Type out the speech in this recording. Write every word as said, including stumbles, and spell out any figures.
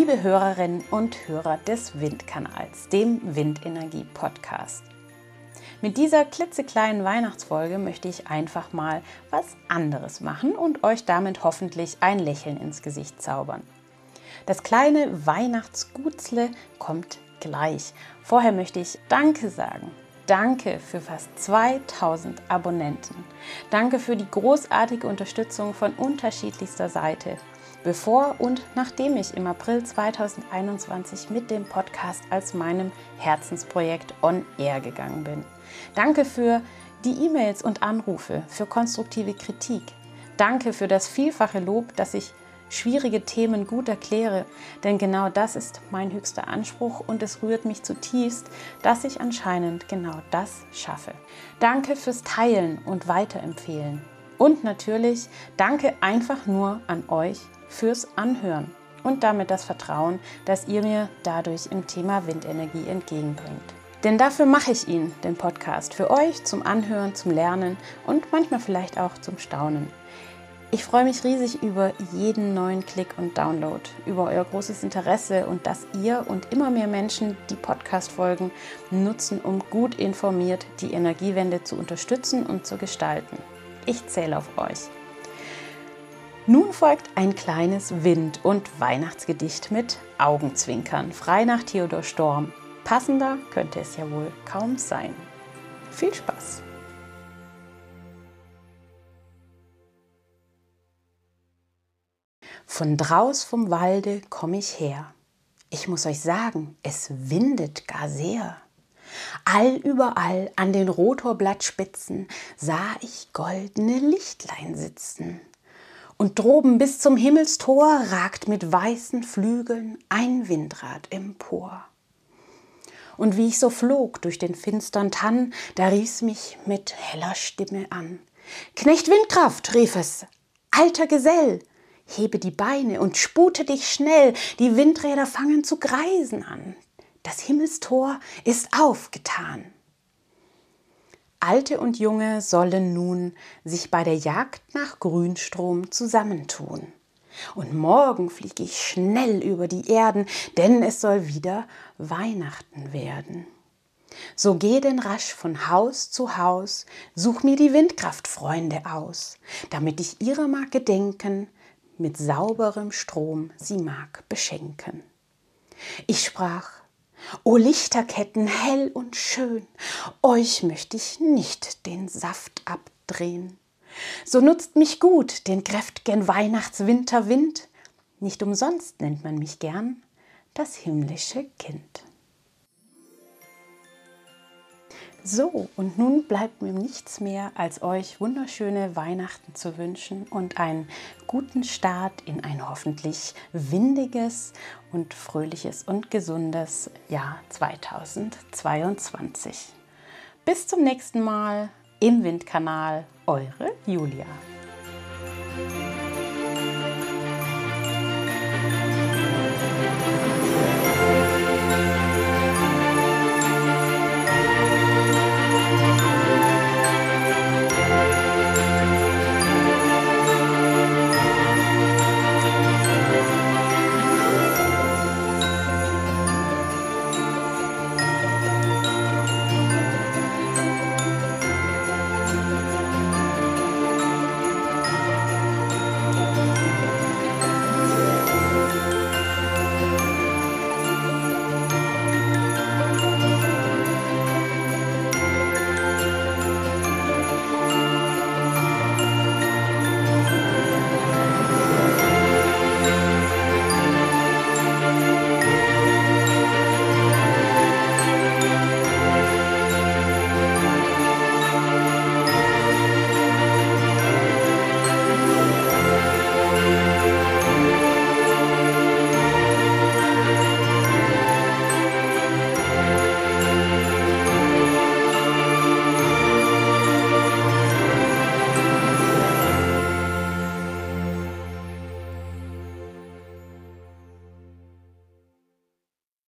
Liebe Hörerinnen und Hörer des Windkanals, dem Windenergie-Podcast. Mit dieser klitzekleinen Weihnachtsfolge möchte ich einfach mal was anderes machen und euch damit hoffentlich ein Lächeln ins Gesicht zaubern. Das kleine Weihnachtsgutzle kommt gleich. Vorher möchte ich Danke sagen. Danke für fast zweitausend Abonnenten. Danke für die großartige Unterstützung von unterschiedlichster Seite. Bevor und nachdem ich im April zweitausendeinundzwanzig mit dem Podcast als meinem Herzensprojekt on air gegangen bin. Danke für die E-Mails und Anrufe, für konstruktive Kritik. Danke für das vielfache Lob, dass ich schwierige Themen gut erkläre, denn genau das ist mein höchster Anspruch und es rührt mich zutiefst, dass ich anscheinend genau das schaffe. Danke fürs Teilen und Weiterempfehlen. Und natürlich danke einfach nur an euch fürs Anhören und damit das Vertrauen, das ihr mir dadurch im Thema Windenergie entgegenbringt. Denn dafür mache ich ihn, den Podcast, für euch zum Anhören, zum Lernen und manchmal vielleicht auch zum Staunen. Ich freue mich riesig über jeden neuen Klick und Download, über euer großes Interesse und dass ihr und immer mehr Menschen die Podcast-Folgen nutzen, um gut informiert die Energiewende zu unterstützen und zu gestalten. Ich zähle auf euch. Nun folgt ein kleines Wind- und Weihnachtsgedicht mit Augenzwinkern, frei nach Theodor Storm. Passender könnte es ja wohl kaum sein. Viel Spaß! Von draus vom Walde komm ich her. Ich muss euch sagen, es windet gar sehr. Allüberall an den Rotorblattspitzen sah ich goldene Lichtlein sitzen. Und droben bis zum Himmelstor ragt mit weißen Flügeln ein Windrad empor. Und wie ich so flog durch den finstern Tann, da rief's mich mit heller Stimme an. »Knecht Windkraft«, rief es, »alter Gesell, hebe die Beine und spute dich schnell, die Windräder fangen zu kreisen an. Das Himmelstor ist aufgetan.« Alte und Junge sollen nun sich bei der Jagd nach Grünstrom zusammentun. Und morgen flieg ich schnell über die Erden, denn es soll wieder Weihnachten werden. So geh denn rasch von Haus zu Haus, such mir die Windkraftfreunde aus, damit ich ihrer mag gedenken, mit sauberem Strom sie mag beschenken. Ich sprach: »O Lichterketten, hell und schön, euch möcht ich nicht den Saft abdrehen. So nutzt mich gut den kräft'gen Weihnachtswinterwind, nicht umsonst nennt man mich gern das himmlische Kind.« So, und nun bleibt mir nichts mehr, als euch wunderschöne Weihnachten zu wünschen und einen guten Start in ein hoffentlich windiges und fröhliches und gesundes Jahr zweitausendzweiundzwanzig. Bis zum nächsten Mal im Windkanal, eure Julia.